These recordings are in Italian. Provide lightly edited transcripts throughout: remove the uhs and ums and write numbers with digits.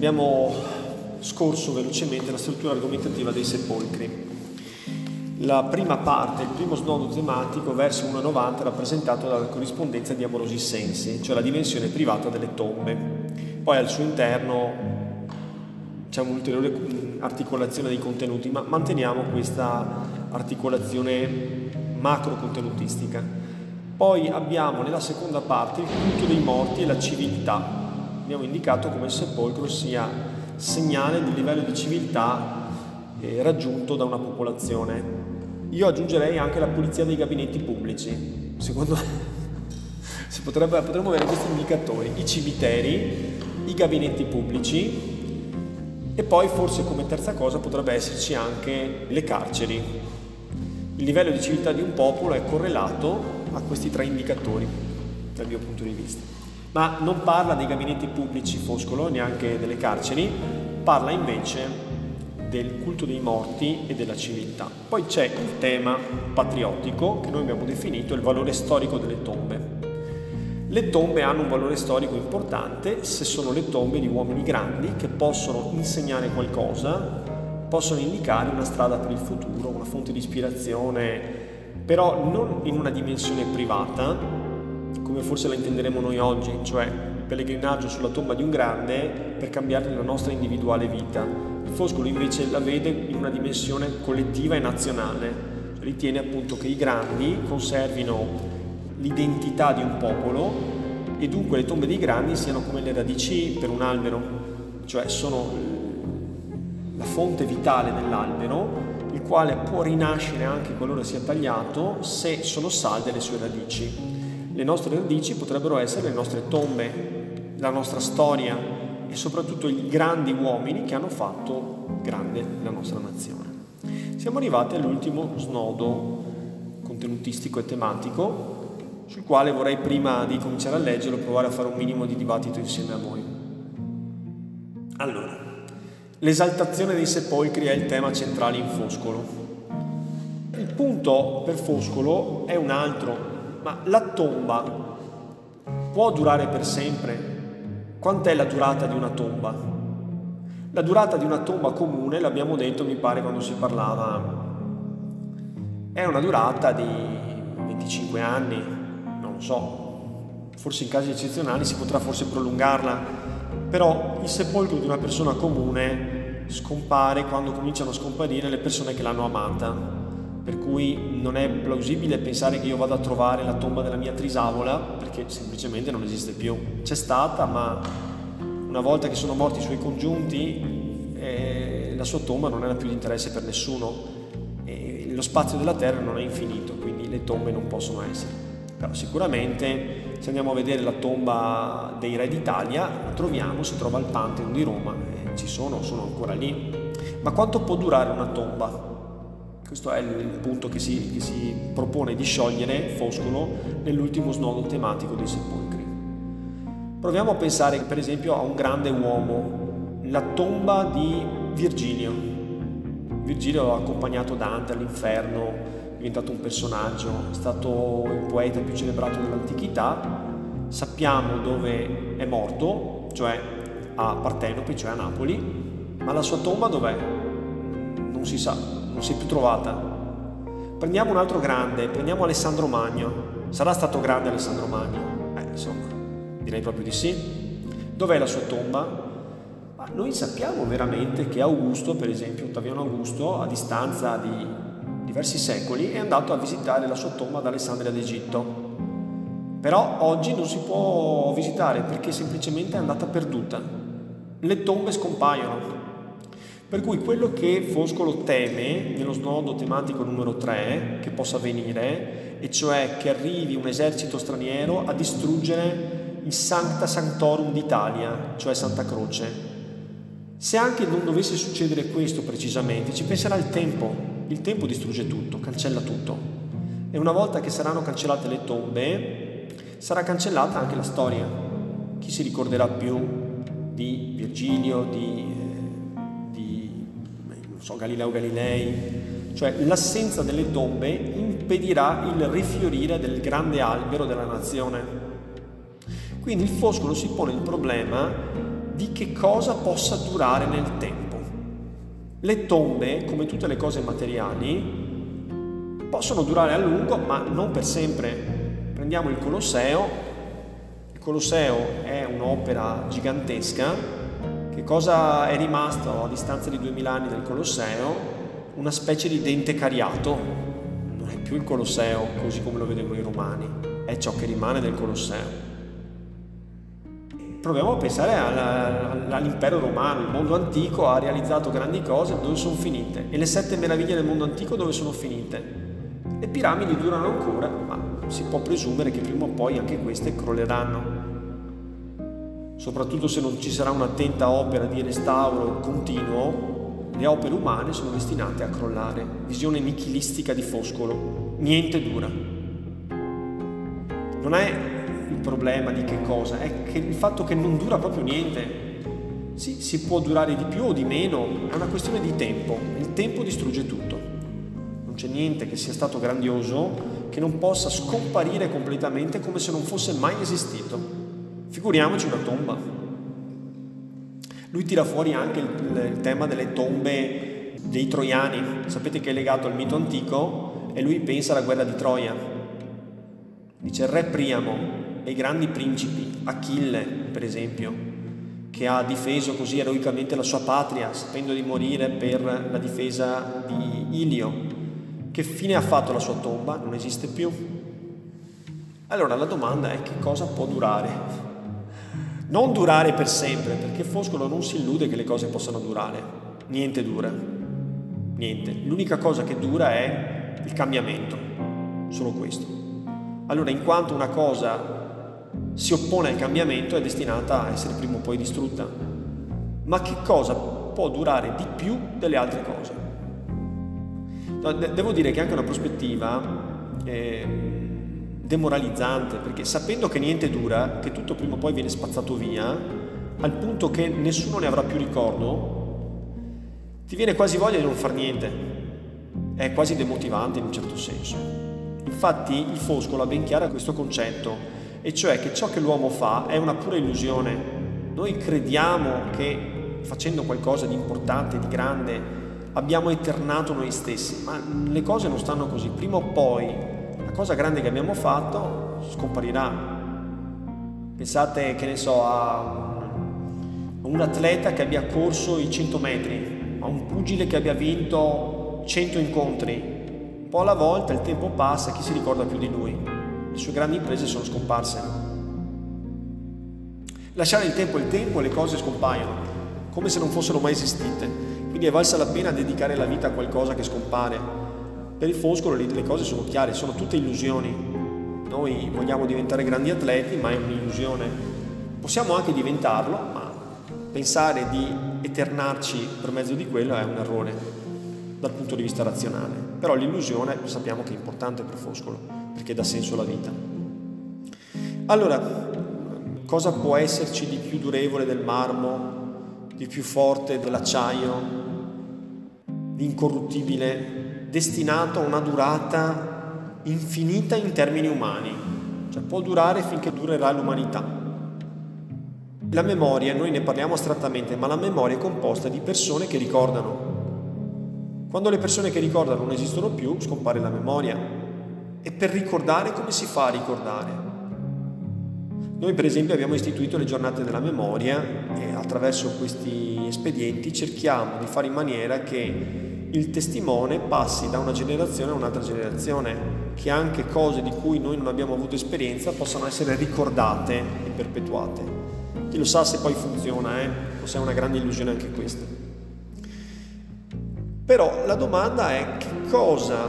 Abbiamo scorso velocemente la struttura argomentativa dei sepolcri. La prima parte, il primo snodo tematico, verso 1,90, è rappresentato dalla corrispondenza di amorosi sensi, cioè la dimensione privata delle tombe. Poi al suo interno c'è un'ulteriore articolazione dei contenuti, ma manteniamo questa articolazione macro-contenutistica. Poi abbiamo nella seconda parte il culto dei morti e la civiltà. Abbiamo indicato come il sepolcro sia segnale del livello di civiltà raggiunto da una popolazione. Io aggiungerei anche la pulizia dei gabinetti pubblici. Secondo me potremmo avere questi indicatori: i cimiteri, i gabinetti pubblici e poi forse come terza cosa potrebbe esserci anche le carceri. Il livello di civiltà di un popolo è correlato a questi tre indicatori dal mio punto di vista. Ma non parla dei gabinetti pubblici Foscolo, neanche delle carceri, parla invece del culto dei morti e della civiltà. Poi c'è il tema patriottico, che noi abbiamo definito il valore storico delle tombe. Le tombe hanno un valore storico importante se sono le tombe di uomini grandi che possono insegnare qualcosa, possono indicare una strada per il futuro, una fonte di ispirazione, però non in una dimensione privata, come forse la intenderemo noi oggi, cioè pellegrinaggio sulla tomba di un grande per cambiare la nostra individuale vita. Il Foscolo invece la vede in una dimensione collettiva e nazionale, cioè ritiene appunto che i grandi conservino l'identità di un popolo e dunque le tombe dei grandi siano come le radici per un albero, cioè sono la fonte vitale dell'albero, il quale può rinascere anche qualora sia tagliato se sono salde le sue radici. Le nostre radici potrebbero essere le nostre tombe, la nostra storia e soprattutto i grandi uomini che hanno fatto grande la nostra nazione. Siamo arrivati all'ultimo snodo contenutistico e tematico, sul quale vorrei, prima di cominciare a leggerlo, provare a fare un minimo di dibattito insieme a voi. Allora, l'esaltazione dei sepolcri è il tema centrale in Foscolo. Il punto per Foscolo è un altro. Ma la tomba può durare per sempre? Quant'è la durata di una tomba? La durata di una tomba comune, l'abbiamo detto, mi pare, quando si parlava, è una durata di 25 anni, non lo so, forse in casi eccezionali si potrà forse prolungarla, però il sepolcro di una persona comune scompare quando cominciano a scomparire le persone che l'hanno amata. Per cui non è plausibile pensare che io vada a trovare la tomba della mia trisavola, perché semplicemente non esiste più. C'è stata, ma una volta che sono morti i suoi congiunti, la sua tomba non era più di interesse per nessuno. E lo spazio della terra non è infinito, quindi le tombe non possono essere. Però sicuramente, se andiamo a vedere la tomba dei re d'Italia, la troviamo, si trova al Pantheon di Roma, sono ancora lì. Ma quanto può durare una tomba? Questo è il punto che si propone di sciogliere Foscolo nell'ultimo snodo tematico dei sepolcri. Proviamo a pensare per esempio a un grande uomo, la tomba di Virgilio. Virgilio ha accompagnato Dante all'inferno, è diventato un personaggio, è stato il poeta più celebrato dell'antichità. Sappiamo dove è morto, cioè a Partenope, cioè a Napoli, ma la sua tomba dov'è? Non si sa. Non si è più trovata. Prendiamo un altro grande, prendiamo Alessandro Magno. Sarà stato grande Alessandro Magno? Insomma, direi proprio di sì. Dov'è la sua tomba? Ma noi sappiamo veramente che Augusto, per esempio, Ottaviano Augusto, a distanza di diversi secoli, è andato a visitare la sua tomba ad Alessandria d'Egitto. Però oggi non si può visitare perché semplicemente è andata perduta. Le tombe scompaiono. Per cui quello che Foscolo teme nello snodo tematico numero 3 che possa avvenire, e cioè che arrivi un esercito straniero a distruggere il Sancta Sanctorum d'Italia, cioè Santa Croce. Se anche non dovesse succedere questo precisamente, ci penserà il tempo. Il tempo distrugge tutto, cancella tutto. E una volta che saranno cancellate le tombe, sarà cancellata anche la storia. Chi si ricorderà più di Virgilio, di Galileo Galilei, cioè l'assenza delle tombe impedirà il rifiorire del grande albero della nazione. Quindi il Foscolo si pone il problema di che cosa possa durare nel tempo. Le tombe, come tutte le cose materiali, possono durare a lungo, ma non per sempre. Prendiamo il Colosseo. Il Colosseo è un'opera gigantesca. Che cosa è rimasto a distanza di 2000 anni del Colosseo? Una specie di dente cariato. Non è più il Colosseo così come lo vedevano i romani, è ciò che rimane del Colosseo. Proviamo a pensare all'impero romano. Il mondo antico ha realizzato grandi cose, dove sono finite? E le 7 meraviglie del mondo antico dove sono finite? Le piramidi durano ancora, ma si può presumere che prima o poi anche queste crolleranno. Soprattutto se non ci sarà un'attenta opera di restauro continuo, le opere umane sono destinate a crollare. Visione nichilistica di Foscolo. Niente dura. Non è il problema di che cosa, è che il fatto che non dura proprio niente. Sì, si può durare di più o di meno, è una questione di tempo. Il tempo distrugge tutto. Non c'è niente che sia stato grandioso che non possa scomparire completamente come se non fosse mai esistito. Figuriamoci una tomba. Lui tira fuori anche il tema delle tombe dei troiani. Sapete che è legato al mito antico e lui pensa alla guerra di Troia. Dice il re Priamo e i grandi principi, Achille per esempio, che ha difeso così eroicamente la sua patria, sapendo di morire per la difesa di Ilio. Che fine ha fatto la sua tomba? Non esiste più. Allora la domanda è: che cosa può durare? Non durare per sempre, perché Foscolo non si illude che le cose possano durare. Niente dura. Niente. L'unica cosa che dura è il cambiamento. Solo questo. Allora, in quanto una cosa si oppone al cambiamento, è destinata a essere prima o poi distrutta. Ma che cosa può durare di più delle altre cose? Devo dire che è anche una prospettiva demoralizzante, perché sapendo che niente dura, che tutto prima o poi viene spazzato via, al punto che nessuno ne avrà più ricordo, ti viene quasi voglia di non far niente. È quasi demotivante in un certo senso. Infatti il Foscolo ha ben chiaro questo concetto, e cioè che ciò che l'uomo fa è una pura illusione. Noi crediamo che facendo qualcosa di importante, di grande, abbiamo eternato noi stessi, ma le cose non stanno così. Prima o poi la cosa grande che abbiamo fatto scomparirà. Pensate, che ne so, a un atleta che abbia corso i 100 metri, a un pugile che abbia vinto 100 incontri. Un po' alla volta il tempo passa e chi si ricorda più di lui? Le sue grandi imprese sono scomparse. Lasciare il tempo, le cose scompaiono, come se non fossero mai esistite. Quindi è valsa la pena dedicare la vita a qualcosa che scompare. Per il Foscolo le cose sono chiare, sono tutte illusioni. Noi vogliamo diventare grandi atleti, ma è un'illusione. Possiamo anche diventarlo, ma pensare di eternarci per mezzo di quello è un errore dal punto di vista razionale. Però l'illusione sappiamo che è importante per Foscolo, perché dà senso alla vita. Allora, cosa può esserci di più durevole del marmo, di più forte dell'acciaio, di incorruttibile, destinato a una durata infinita in termini umani? Cioè può durare finché durerà l'umanità. La memoria, noi ne parliamo astrattamente, ma la memoria è composta di persone che ricordano. Quando le persone che ricordano non esistono più, scompare la memoria. E per ricordare, come si fa a ricordare? Noi per esempio abbiamo istituito le giornate della memoria e attraverso questi espedienti cerchiamo di fare in maniera che il testimone passi da una generazione a un'altra generazione, che anche cose di cui noi non abbiamo avuto esperienza possano essere ricordate e perpetuate. Chi lo sa se poi funziona, o se è una grande illusione anche questa. Però la domanda è: che cosa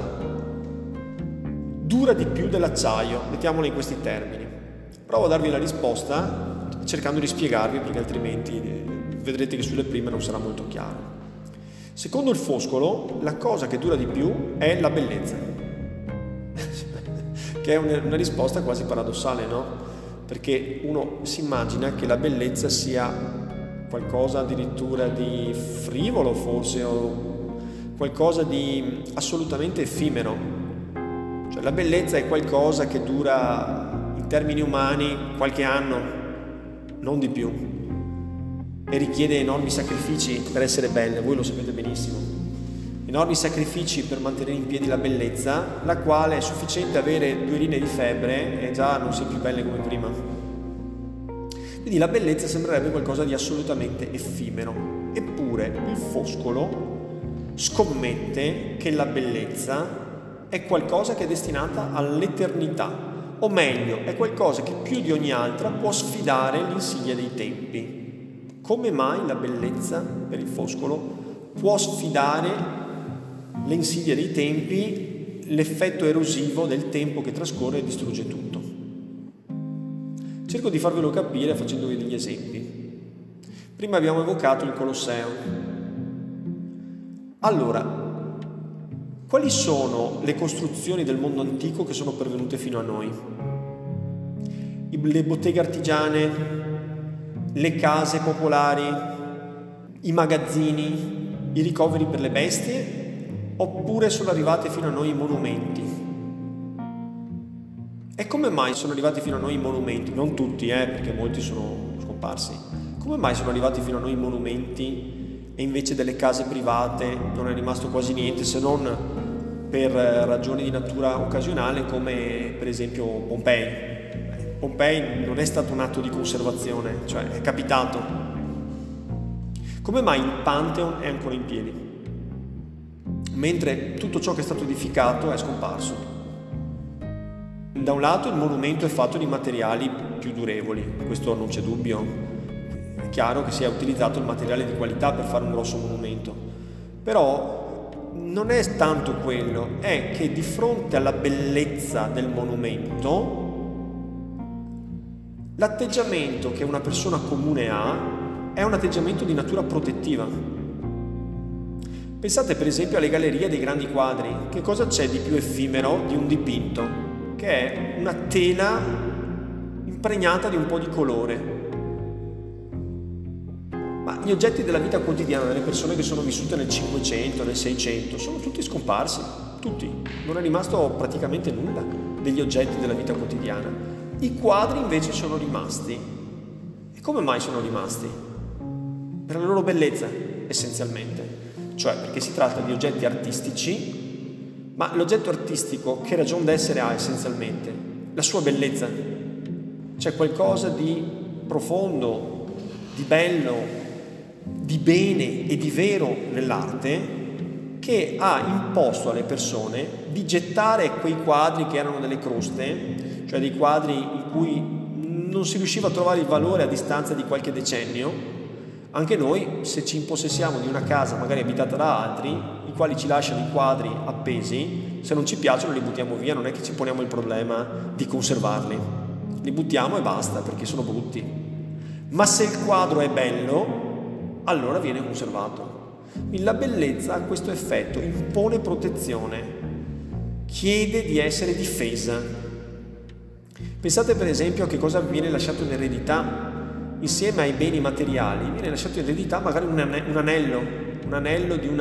dura di più dell'acciaio? Mettiamola in questi termini. Provo a darvi la risposta cercando di spiegarvi, perché altrimenti vedrete che sulle prime non sarà molto chiaro. Secondo il Foscolo, la cosa che dura di più è la bellezza, che è una risposta quasi paradossale, no? Perché uno si immagina che la bellezza sia qualcosa addirittura di frivolo, forse, o qualcosa di assolutamente effimero. Cioè la bellezza è qualcosa che dura in termini umani qualche anno, non di più. e richiede enormi sacrifici per essere belle, voi lo sapete benissimo. Enormi sacrifici per mantenere in piedi la bellezza, la quale è sufficiente avere 2 linee di febbre e già non si è più belle come prima. Quindi la bellezza sembrerebbe qualcosa di assolutamente effimero, eppure il Foscolo scommette che la bellezza è qualcosa che è destinata all'eternità, o meglio, è qualcosa che più di ogni altra può sfidare l'insidia dei tempi. Come mai la bellezza, per il Foscolo, può sfidare l'insidia dei tempi, l'effetto erosivo del tempo che trascorre e distrugge tutto? Cerco di farvelo capire facendovi degli esempi. Prima abbiamo evocato il Colosseo. Allora, quali sono le costruzioni del mondo antico che sono pervenute fino a noi? Le botteghe artigiane, le case popolari, i magazzini, i ricoveri per le bestie, oppure sono arrivate fino a noi i monumenti? E come mai sono arrivati fino a noi i monumenti? Non tutti, perché molti sono scomparsi. Come mai sono arrivati fino a noi i monumenti e invece delle case private non è rimasto quasi niente, se non per ragioni di natura occasionale, come per esempio Pompei? Pompei non è stato un atto di conservazione, cioè è capitato. Come mai il Pantheon è ancora in piedi, mentre tutto ciò che è stato edificato è scomparso? Da un lato il monumento è fatto di materiali più durevoli, questo non c'è dubbio. È chiaro che si è utilizzato il materiale di qualità per fare un grosso monumento, però non è tanto quello, è che di fronte alla bellezza del monumento, l'atteggiamento che una persona comune ha è un atteggiamento di natura protettiva. Pensate per esempio alle gallerie dei grandi quadri. Che cosa c'è di più effimero di un dipinto? Che è una tela impregnata di un po' di colore. Ma gli oggetti della vita quotidiana delle persone che sono vissute nel 500, nel 600, sono tutti scomparsi, tutti. Non è rimasto praticamente nulla degli oggetti della vita quotidiana. I quadri invece sono rimasti. E come mai sono rimasti? Per la loro bellezza, essenzialmente. Cioè perché si tratta di oggetti artistici, ma l'oggetto artistico che ragion d'essere ha essenzialmente? La sua bellezza. C'è qualcosa di profondo, di bello, di bene e di vero nell'arte che ha imposto alle persone di gettare quei quadri che erano delle croste, cioè dei quadri in cui non si riusciva a trovare il valore a distanza di qualche decennio. Anche noi, se ci impossessiamo di una casa magari abitata da altri, i quali ci lasciano i quadri appesi, se non ci piacciono li buttiamo via, non è che ci poniamo il problema di conservarli. Li buttiamo e basta, perché sono brutti. Ma se il quadro è bello, allora viene conservato. La bellezza ha questo effetto, impone protezione, chiede di essere difesa. Pensate per esempio a che cosa viene lasciato in eredità. Insieme ai beni materiali viene lasciato in eredità magari un anello di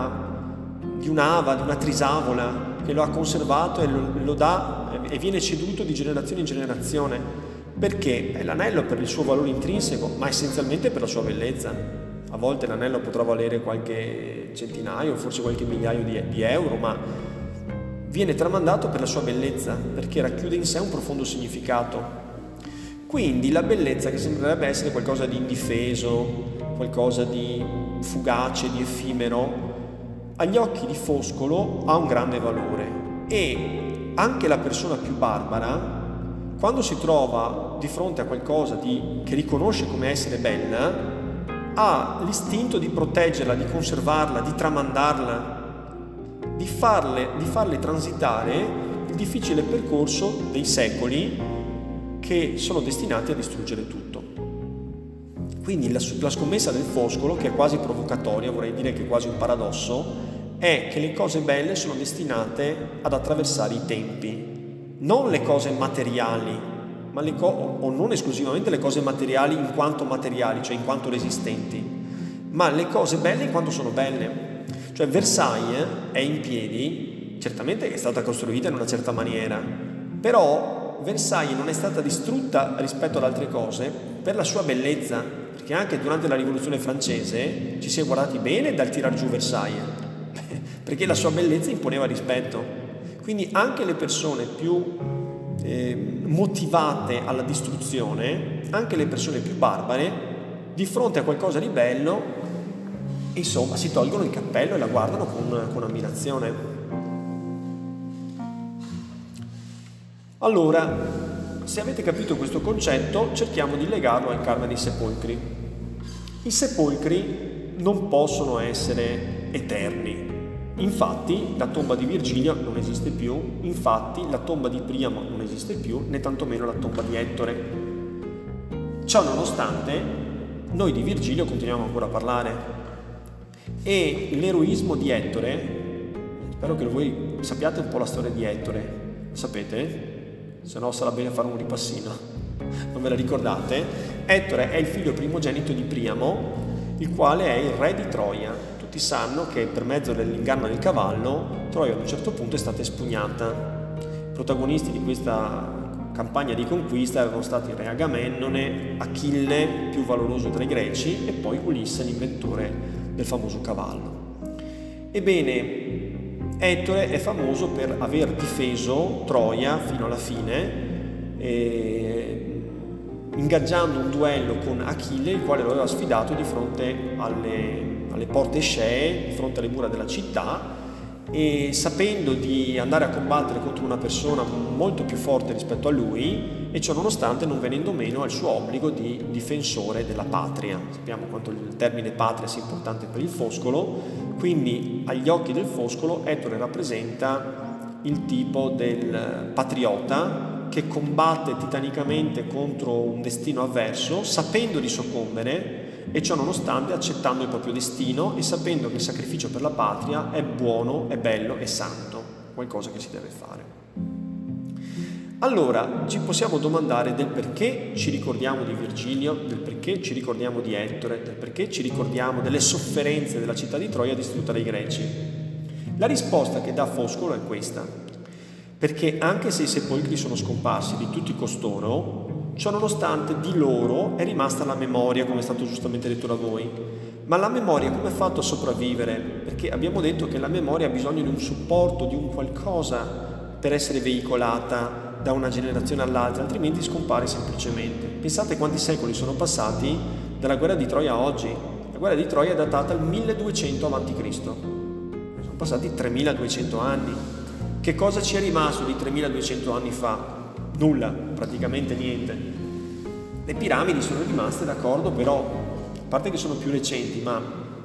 un'ava, di una trisavola, che lo ha conservato e lo dà e viene ceduto di generazione in generazione. Perché? L'anello per il suo valore intrinseco, ma essenzialmente per la sua bellezza. A volte l'anello potrà valere qualche centinaio, forse qualche migliaio di euro, ma viene tramandato per la sua bellezza, perché racchiude in sé un profondo significato. Quindi la bellezza, che sembrerebbe essere qualcosa di indifeso, qualcosa di fugace, di effimero, agli occhi di Foscolo ha un grande valore. E anche la persona più barbara, quando si trova di fronte a qualcosa che riconosce come essere bella, ha l'istinto di proteggerla, di conservarla, di tramandarla, di farle transitare il difficile percorso dei secoli che sono destinati a distruggere tutto. Quindi la scommessa del Foscolo, che è quasi provocatoria, vorrei dire che è quasi un paradosso, è che le cose belle sono destinate ad attraversare i tempi, non le cose materiali, ma o non esclusivamente le cose materiali in quanto materiali, cioè in quanto resistenti, ma le cose belle in quanto sono belle. Cioè Versailles è in piedi, certamente è stata costruita in una certa maniera, però Versailles non è stata distrutta rispetto ad altre cose per la sua bellezza, perché anche durante la Rivoluzione francese ci si è guardati bene dal tirar giù Versailles, perché la sua bellezza imponeva rispetto. Quindi anche le persone più motivate alla distruzione, anche le persone più barbare, di fronte a qualcosa di bello, insomma, si tolgono il cappello e la guardano con ammirazione. Allora, se avete capito questo concetto, cerchiamo di legarlo al karma dei sepolcri. I sepolcri non possono essere eterni. Infatti la tomba di Virgilio non esiste più, infatti la tomba di Priamo non esiste più, né tantomeno la tomba di Ettore. Ciò nonostante, noi di Virgilio continuiamo ancora a parlare, e l'eroismo di Ettore, spero che voi sappiate un po' la storia di Ettore, lo sapete? Se no sarà bene fare un ripassino, non ve la ricordate? Ettore è il figlio primogenito di Priamo, il quale è il re di Troia. Tutti sanno che per mezzo dell'inganno del cavallo Troia ad un certo punto è stata espugnata. I protagonisti di questa campagna di conquista erano stati il re Agamennone, Achille, più valoroso tra i greci, e poi Ulisse, l'inventore del famoso cavallo. Ebbene, Ettore è famoso per aver difeso Troia fino alla fine, ingaggiando un duello con Achille, il quale lo aveva sfidato di fronte alle porte scee, di fronte alle mura della città, e sapendo di andare a combattere contro una persona molto più forte rispetto a lui, e ciò nonostante non venendo meno al suo obbligo di difensore della patria. Sappiamo quanto il termine patria sia importante per il Foscolo, quindi agli occhi del Foscolo Ettore rappresenta il tipo del patriota che combatte titanicamente contro un destino avverso, sapendo di soccombere, e ciò nonostante accettando il proprio destino e sapendo che il sacrificio per la patria è buono, è bello, è santo, qualcosa che si deve fare. Allora ci possiamo domandare del perché ci ricordiamo di Virgilio, del perché ci ricordiamo di Ettore, del perché ci ricordiamo delle sofferenze della città di Troia distrutta dai greci. La risposta che dà Foscolo è questa: perché anche se i sepolcri sono scomparsi di tutti costoro, ciò nonostante di loro è rimasta la memoria, come è stato giustamente detto da voi. Ma la memoria come è fatto a sopravvivere? Perché abbiamo detto che la memoria ha bisogno di un supporto, di un qualcosa per essere veicolata da una generazione all'altra, altrimenti scompare semplicemente. Pensate quanti secoli sono passati dalla guerra di Troia a oggi. La guerra di Troia è datata al 1200 a.C. Sono passati 3200 anni. Che cosa ci è rimasto di 3200 anni fa? Nulla, praticamente niente. Le piramidi sono rimaste, d'accordo, però, a parte che sono più recenti, ma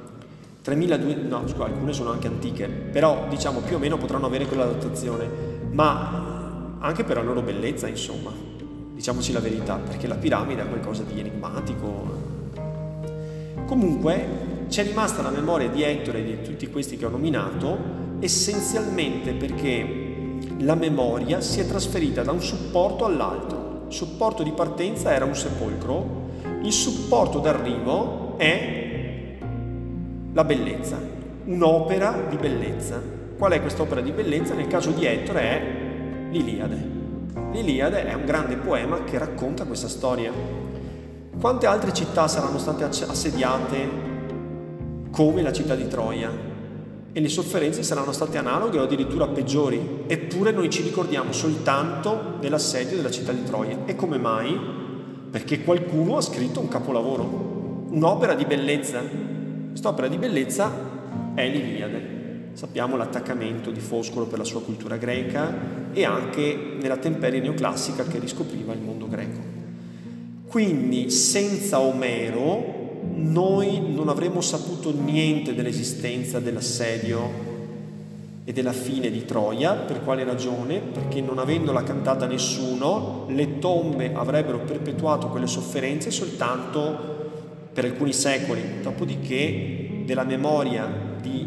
alcune sono anche antiche, però diciamo più o meno potranno avere quella datazione, ma anche per la loro bellezza, insomma, diciamoci la verità, perché la piramide è qualcosa di enigmatico. Comunque c'è rimasta la memoria di Ettore e di tutti questi che ho nominato, essenzialmente perché la memoria si è trasferita da un supporto all'altro. Il supporto di partenza era un sepolcro, il supporto d'arrivo è la bellezza, un'opera di bellezza. Qual è quest'opera di bellezza? Nel caso di Ettore è l'Iliade. L'Iliade è un grande poema che racconta questa storia. Quante altre città saranno state assediate come la città di Troia? E le sofferenze saranno state analoghe o addirittura peggiori, eppure noi ci ricordiamo soltanto dell'assedio della città di Troia. E come mai? Perché qualcuno ha scritto un capolavoro, un'opera di bellezza. Quest'opera di bellezza è l'Iliade. Sappiamo l'attaccamento di Foscolo per la sua cultura greca e anche nella temperie neoclassica che riscopriva il mondo greco. Quindi senza Omero noi non avremmo saputo niente dell'esistenza dell'assedio e della fine di Troia. Per quale ragione? Perché non avendola cantata nessuno, le tombe avrebbero perpetuato quelle sofferenze soltanto per alcuni secoli. Dopodiché della memoria di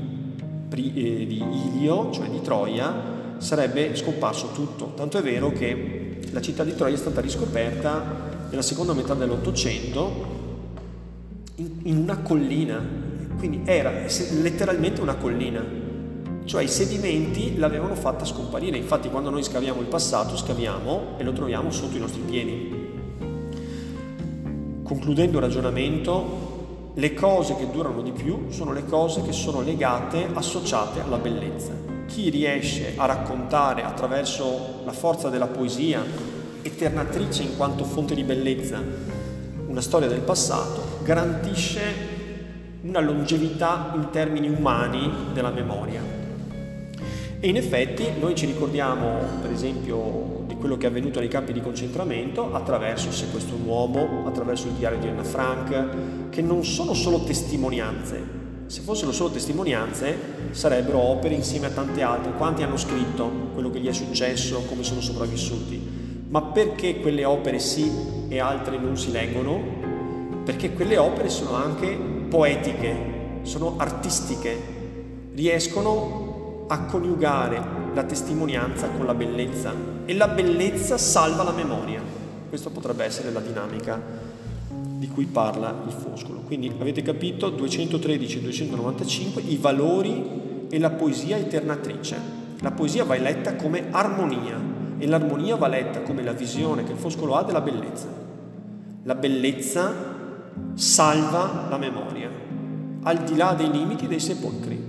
Ilio, cioè di Troia, sarebbe scomparso tutto. Tanto è vero che la città di Troia è stata riscoperta nella seconda metà dell'Ottocento in una collina, quindi era letteralmente una collina, cioè i sedimenti l'avevano fatta scomparire. Infatti quando noi scaviamo il passato, scaviamo e lo troviamo sotto i nostri piedi. concludendo il ragionamento, le cose che durano di più sono le cose che sono legate, associate alla bellezza. Chi riesce a raccontare attraverso la forza della poesia, eternatrice in quanto fonte di bellezza, una storia del passato, garantisce una longevità in termini umani della memoria. E in effetti noi ci ricordiamo, per esempio, di quello che è avvenuto nei campi di concentramento attraverso Se questo è un uomo, attraverso il diario di Anna Frank, che non sono solo testimonianze. Se fossero solo testimonianze sarebbero opere insieme a tante altre. Quanti hanno scritto quello che gli è successo, come sono sopravvissuti? Ma perché quelle opere sì e altre non si leggono? Perché quelle opere sono anche poetiche, sono artistiche, riescono a coniugare la testimonianza con la bellezza e la bellezza salva la memoria. Questa potrebbe essere la dinamica di cui parla il Foscolo. Quindi avete capito, 213 e 295, i valori e la poesia eternatrice. La poesia va letta come armonia e l'armonia va letta come la visione che il Foscolo ha della bellezza. La bellezza salva la memoria, al di là dei limiti dei sepolcri.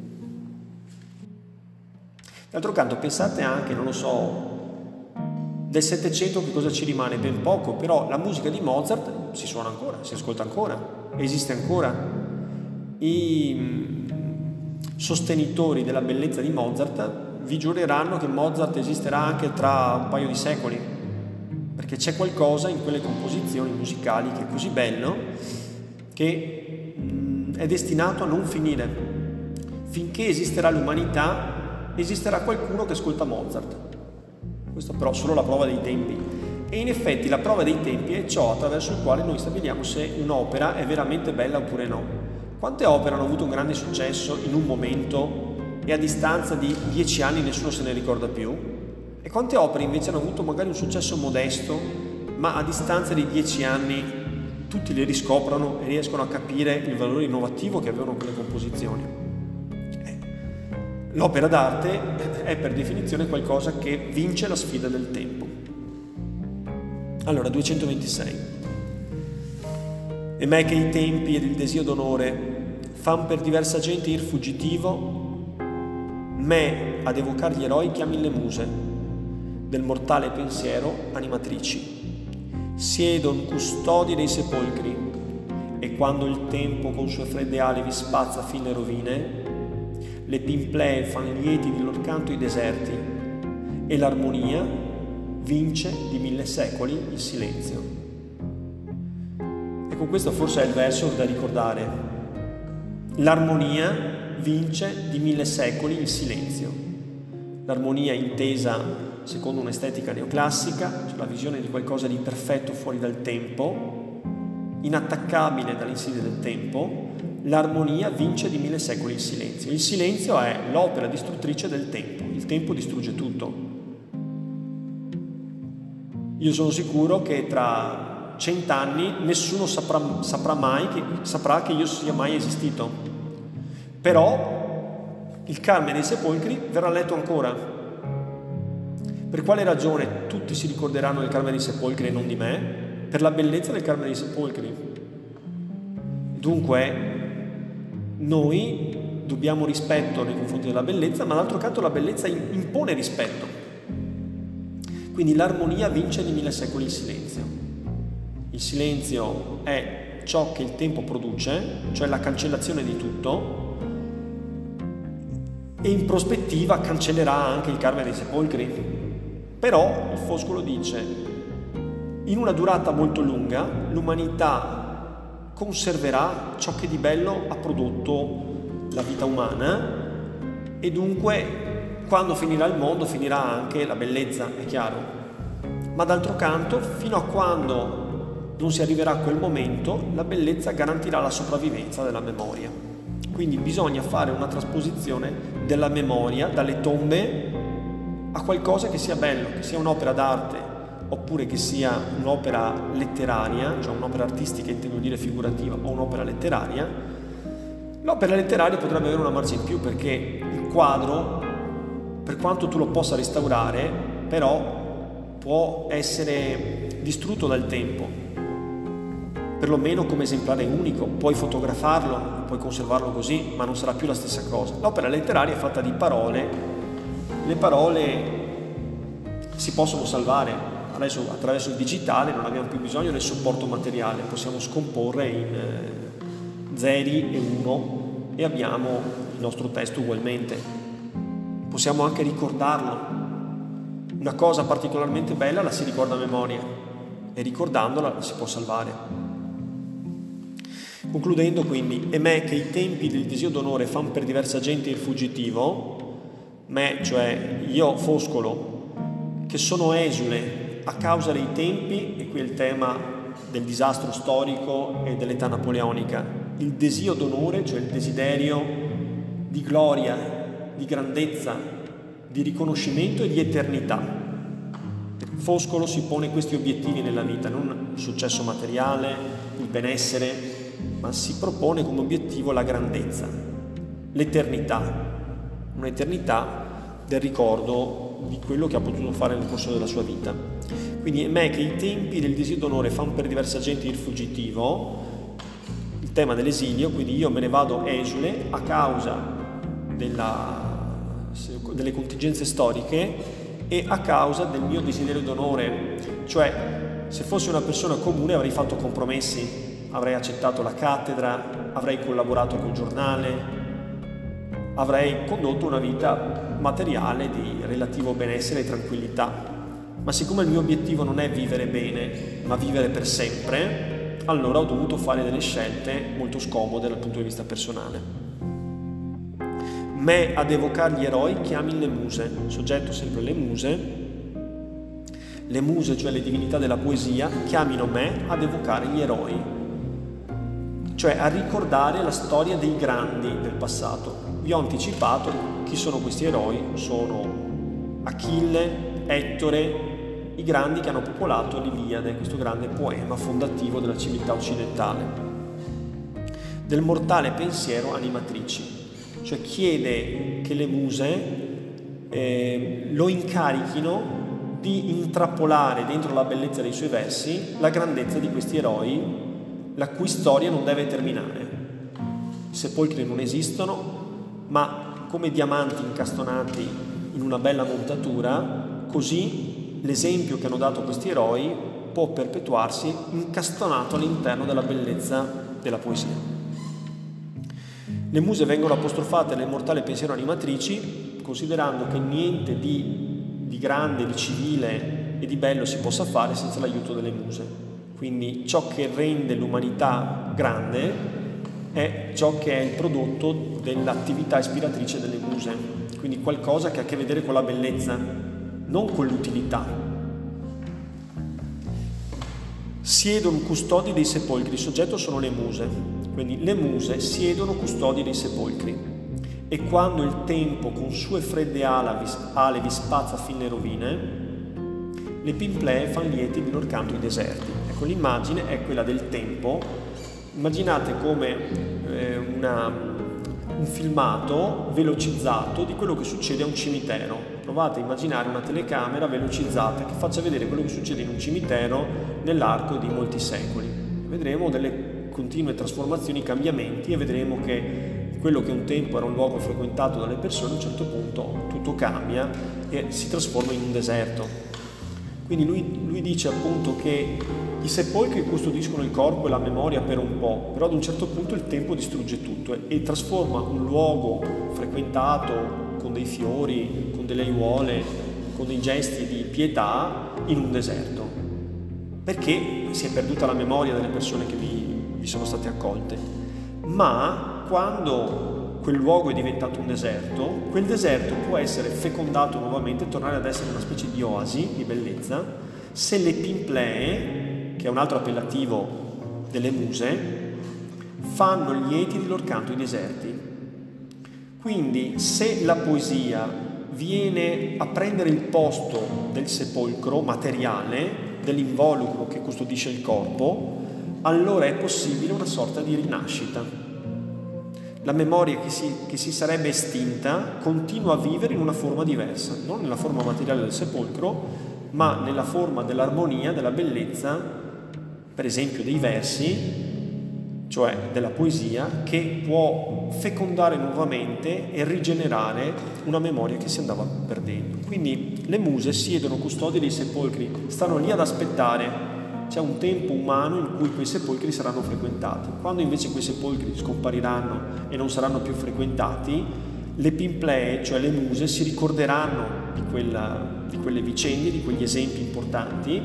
D'altro canto pensate anche, non lo so, del Settecento che cosa ci rimane? Ben poco, però la musica di Mozart si suona ancora, si ascolta ancora, esiste ancora. I sostenitori della bellezza di Mozart vi giureranno che Mozart esisterà anche tra un paio di secoli, perché c'è qualcosa in quelle composizioni musicali che è così bello che è destinato a non finire. Finché esisterà l'umanità, esisterà qualcuno che ascolta Mozart. Questo però è solo la prova dei tempi. E in effetti la prova dei tempi è ciò attraverso il quale noi stabiliamo se un'opera è veramente bella oppure no. Quante opere hanno avuto un grande successo in un momento e a distanza di 10 anni nessuno se ne ricorda più? E quante opere invece hanno avuto magari un successo modesto, ma a distanza di 10 anni tutti le riscoprono e riescono a capire il valore innovativo che avevano quelle composizioni? L'opera d'arte è per definizione qualcosa che vince la sfida del tempo. Allora, 226. E me che i tempi ed il desio d'onore fan per diversa gente ir fuggitivo, me ad evocar gli eroi chiami le muse, del mortale pensiero animatrici. Siedon custodi dei sepolcri, e quando il tempo con sue fredde ali vi spazza fin le rovine, le pimplee fan lieti di lor canto i deserti, e l'armonia vince di 1000 secoli il silenzio. Ecco, questo forse è il verso da ricordare. L'armonia vince di 1000 secoli il silenzio. L'armonia intesa secondo un'estetica neoclassica, cioè la visione di qualcosa di perfetto fuori dal tempo, inattaccabile dalle insidie del tempo. L'armonia vince di 1000 secoli il silenzio. Il silenzio è l'opera distruttrice del tempo. Il tempo distrugge tutto. Io sono sicuro che tra 100 anni nessuno saprà che io sia mai esistito. Però il Carme dei Sepolcri verrà letto ancora. Per quale ragione tutti si ricorderanno del Carme dei Sepolcri e non di me? Per la bellezza del Carme dei Sepolcri. Dunque, noi dobbiamo rispetto nei confronti della bellezza, ma d'altro canto la bellezza impone rispetto. Quindi l'armonia vince di 1000 secoli il silenzio. Il silenzio è ciò che il tempo produce, cioè la cancellazione di tutto, e in prospettiva cancellerà anche il Carme dei Sepolcri. Però il Foscolo dice, in una durata molto lunga, l'umanità conserverà ciò che di bello ha prodotto la vita umana, e dunque quando finirà il mondo finirà anche la bellezza, è chiaro. Ma d'altro canto, fino a quando non si arriverà a quel momento, la bellezza garantirà la sopravvivenza della memoria. Quindi bisogna fare una trasposizione della memoria dalle tombe a qualcosa che sia bello, che sia un'opera d'arte, oppure che sia un'opera letteraria, cioè un'opera artistica, intendo dire figurativa, o un'opera letteraria. L'opera letteraria potrebbe avere una marcia in più, perché il quadro, per quanto tu lo possa restaurare, però può essere distrutto dal tempo. perlomeno come esemplare unico. Puoi fotografarlo, puoi conservarlo così, ma non sarà più la stessa cosa. L'opera letteraria è fatta di parole, le parole si possono salvare. Adesso attraverso il digitale non abbiamo più bisogno del supporto materiale, possiamo scomporre in zeri e uno e abbiamo il nostro testo ugualmente. Possiamo anche ricordarlo. Una cosa particolarmente bella la si ricorda a memoria e ricordandola la si può salvare. Concludendo quindi, e me che i tempi del desio d'onore fan per diversa gente il fuggitivo, me, cioè io Foscolo, che sono esule a causa dei tempi, e qui è il tema del disastro storico e dell'età napoleonica, il desio d'onore, cioè il desiderio di gloria, di grandezza, di riconoscimento e di eternità. Foscolo si pone questi obiettivi nella vita, non il successo materiale, il benessere, ma si propone come obiettivo la grandezza, l'eternità, un'eternità del ricordo di quello che ha potuto fare nel corso della sua vita. Quindi è me che i tempi del desio d'onore fan per diversa gente il fuggitivo, il tema dell'esilio, quindi io me ne vado esule a causa delle contingenze storiche e a causa del mio desiderio d'onore. Cioè, se fossi una persona comune avrei fatto compromessi, avrei accettato la cattedra, avrei collaborato col giornale, avrei condotto una vita materiale di relativo benessere e tranquillità. Ma siccome il mio obiettivo non è vivere bene, ma vivere per sempre, allora ho dovuto fare delle scelte molto scomode dal punto di vista personale. Me ad evocare gli eroi chiamin le muse, soggetto sempre le muse, cioè le divinità della poesia, chiamino me ad evocare gli eroi, cioè a ricordare la storia dei grandi del passato. Vi ho anticipato chi sono questi eroi, sono Achille, Ettore, i grandi che hanno popolato l'Iliade, questo grande poema fondativo della civiltà occidentale. Del mortale pensiero animatrici, cioè chiede che le muse lo incarichino di intrappolare dentro la bellezza dei suoi versi la grandezza di questi eroi, la cui storia non deve terminare. I sepolcri non esistono, ma come diamanti incastonati in una bella montatura, così l'esempio che hanno dato questi eroi può perpetuarsi incastonato all'interno della bellezza della poesia. Le muse vengono apostrofate nel mortale pensiero animatrici, considerando che niente di grande, di civile e di bello si possa fare senza l'aiuto delle muse. Quindi ciò che rende l'umanità grande è ciò che è il prodotto dell'attività ispiratrice delle muse, quindi qualcosa che ha a che vedere con la bellezza, non con l'utilità. Siedono custodi dei sepolcri, il soggetto sono le muse, quindi le muse siedono custodi dei sepolcri e quando il tempo con sue fredde ale vi spazza fin le rovine, le pimplee fan lieti di lor canto i deserti. Ecco, l'immagine è quella del tempo. Immaginate come un filmato velocizzato di quello che succede a un cimitero. Provate a immaginare una telecamera velocizzata che faccia vedere quello che succede in un cimitero nell'arco di molti secoli. Vedremo delle continue trasformazioni, cambiamenti, e vedremo che quello che un tempo era un luogo frequentato dalle persone, a un certo punto tutto cambia e si trasforma in un deserto. Quindi lui dice appunto che i sepolcri custodiscono il corpo e la memoria per un po', però ad un certo punto il tempo distrugge tutto e trasforma un luogo frequentato con dei fiori, con delle aiuole, con dei gesti di pietà in un deserto, perché si è perduta la memoria delle persone che vi sono state accolte. Ma quando quel luogo è diventato un deserto, quel deserto può essere fecondato nuovamente, tornare ad essere una specie di oasi di bellezza, se le pimplee, che è un altro appellativo delle muse, fanno lieti di lor canto i deserti. Quindi se la poesia viene a prendere il posto del sepolcro materiale, dell'involucro che custodisce il corpo, allora è possibile una sorta di rinascita. La memoria che si sarebbe estinta continua a vivere in una forma diversa, non nella forma materiale del sepolcro, ma nella forma dell'armonia, della bellezza per esempio dei versi, cioè della poesia, che può fecondare nuovamente e rigenerare una memoria che si andava perdendo. Quindi le muse siedono custodi dei sepolcri, stanno lì ad aspettare. C'è un tempo umano in cui quei sepolcri saranno frequentati. Quando invece quei sepolcri scompariranno e non saranno più frequentati, le pimplee, cioè le muse, si ricorderanno di quelle vicende, di quegli esempi importanti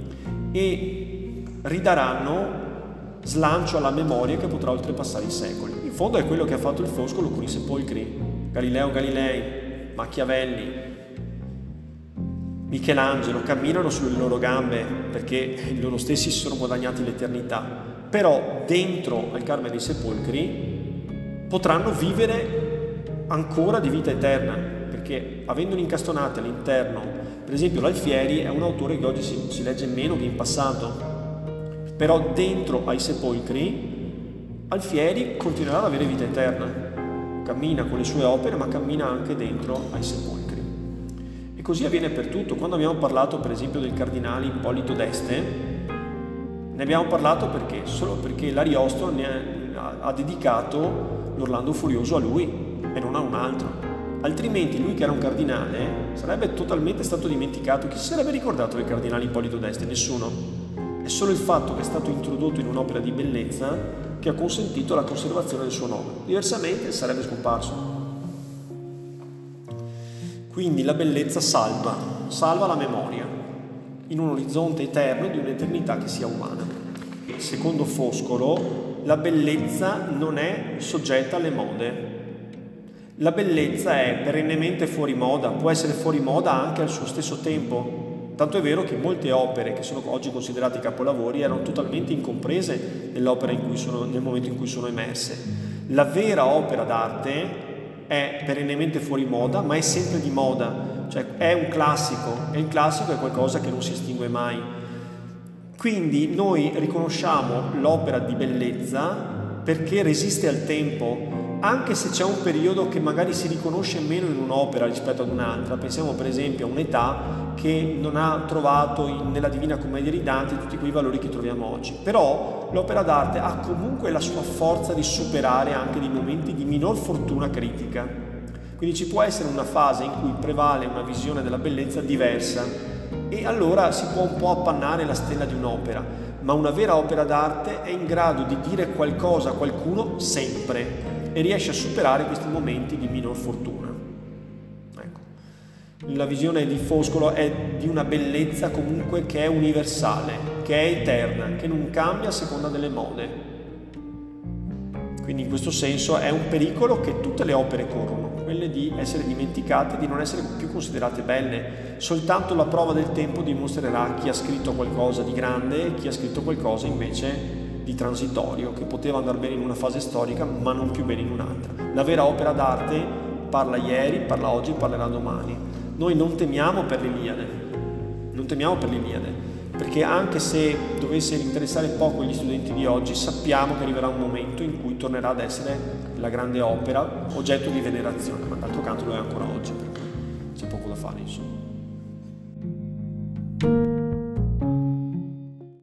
e ridaranno slancio alla memoria che potrà oltrepassare i secoli. In fondo è quello che ha fatto il Foscolo con i sepolcri. Galileo Galilei, Machiavelli, Michelangelo camminano sulle loro gambe perché loro stessi si sono guadagnati l'eternità, però dentro al Carme dei Sepolcri potranno vivere ancora di vita eterna, perché avendoli incastonati all'interno, per esempio l'Alfieri è un autore che oggi si legge meno che in passato, però dentro ai sepolcri Alfieri continuerà ad avere vita eterna, cammina con le sue opere ma cammina anche dentro ai sepolcri. E così avviene per tutto. Quando abbiamo parlato per esempio del cardinale Ippolito d'Este, ne abbiamo parlato perché? Solo perché l'Ariosto ha dedicato l'Orlando Furioso a lui e non a un altro. Altrimenti lui, che era un cardinale, sarebbe totalmente stato dimenticato. Chi si sarebbe ricordato del cardinale Ippolito d'Este? Nessuno. È solo il fatto che è stato introdotto in un'opera di bellezza che ha consentito la conservazione del suo nome. Diversamente sarebbe scomparso. Quindi la bellezza salva la memoria in un orizzonte eterno di un'eternità che sia umana. Secondo Foscolo, la bellezza non è soggetta alle mode. La bellezza è perennemente fuori moda, può essere fuori moda anche al suo stesso tempo. Tanto è vero che molte opere che sono oggi considerate capolavori erano totalmente incomprese nell'opera nel momento in cui sono emerse. La vera opera d'arte è perennemente fuori moda, ma è sempre di moda, cioè è un classico, e il classico è qualcosa che non si estingue mai. Quindi noi riconosciamo l'opera di bellezza perché resiste al tempo, anche se c'è un periodo che magari si riconosce meno in un'opera rispetto ad un'altra. Pensiamo per esempio a un'età che non ha trovato nella Divina Commedia di Dante tutti quei valori che troviamo oggi. Però l'opera d'arte ha comunque la sua forza di superare anche dei momenti di minor fortuna critica. Quindi ci può essere una fase in cui prevale una visione della bellezza diversa e allora si può un po' appannare la stella di un'opera, ma una vera opera d'arte è in grado di dire qualcosa a qualcuno sempre e riesce a superare questi momenti di minor fortuna. La visione di Foscolo è di una bellezza comunque che è universale, che è eterna, che non cambia a seconda delle mode. Quindi in questo senso è un pericolo che tutte le opere corrono, quelle di essere dimenticate, di non essere più considerate belle. Soltanto la prova del tempo dimostrerà chi ha scritto qualcosa di grande e chi ha scritto qualcosa invece di transitorio, che poteva andare bene in una fase storica ma non più bene in un'altra. La vera opera d'arte parla ieri, parla oggi, parlerà domani. Noi non temiamo per l'Iliade, perché anche se dovesse interessare poco gli studenti di oggi, sappiamo che arriverà un momento in cui tornerà ad essere la grande opera, oggetto di venerazione, ma d'altro canto lo è ancora oggi, perché c'è poco da fare, insomma.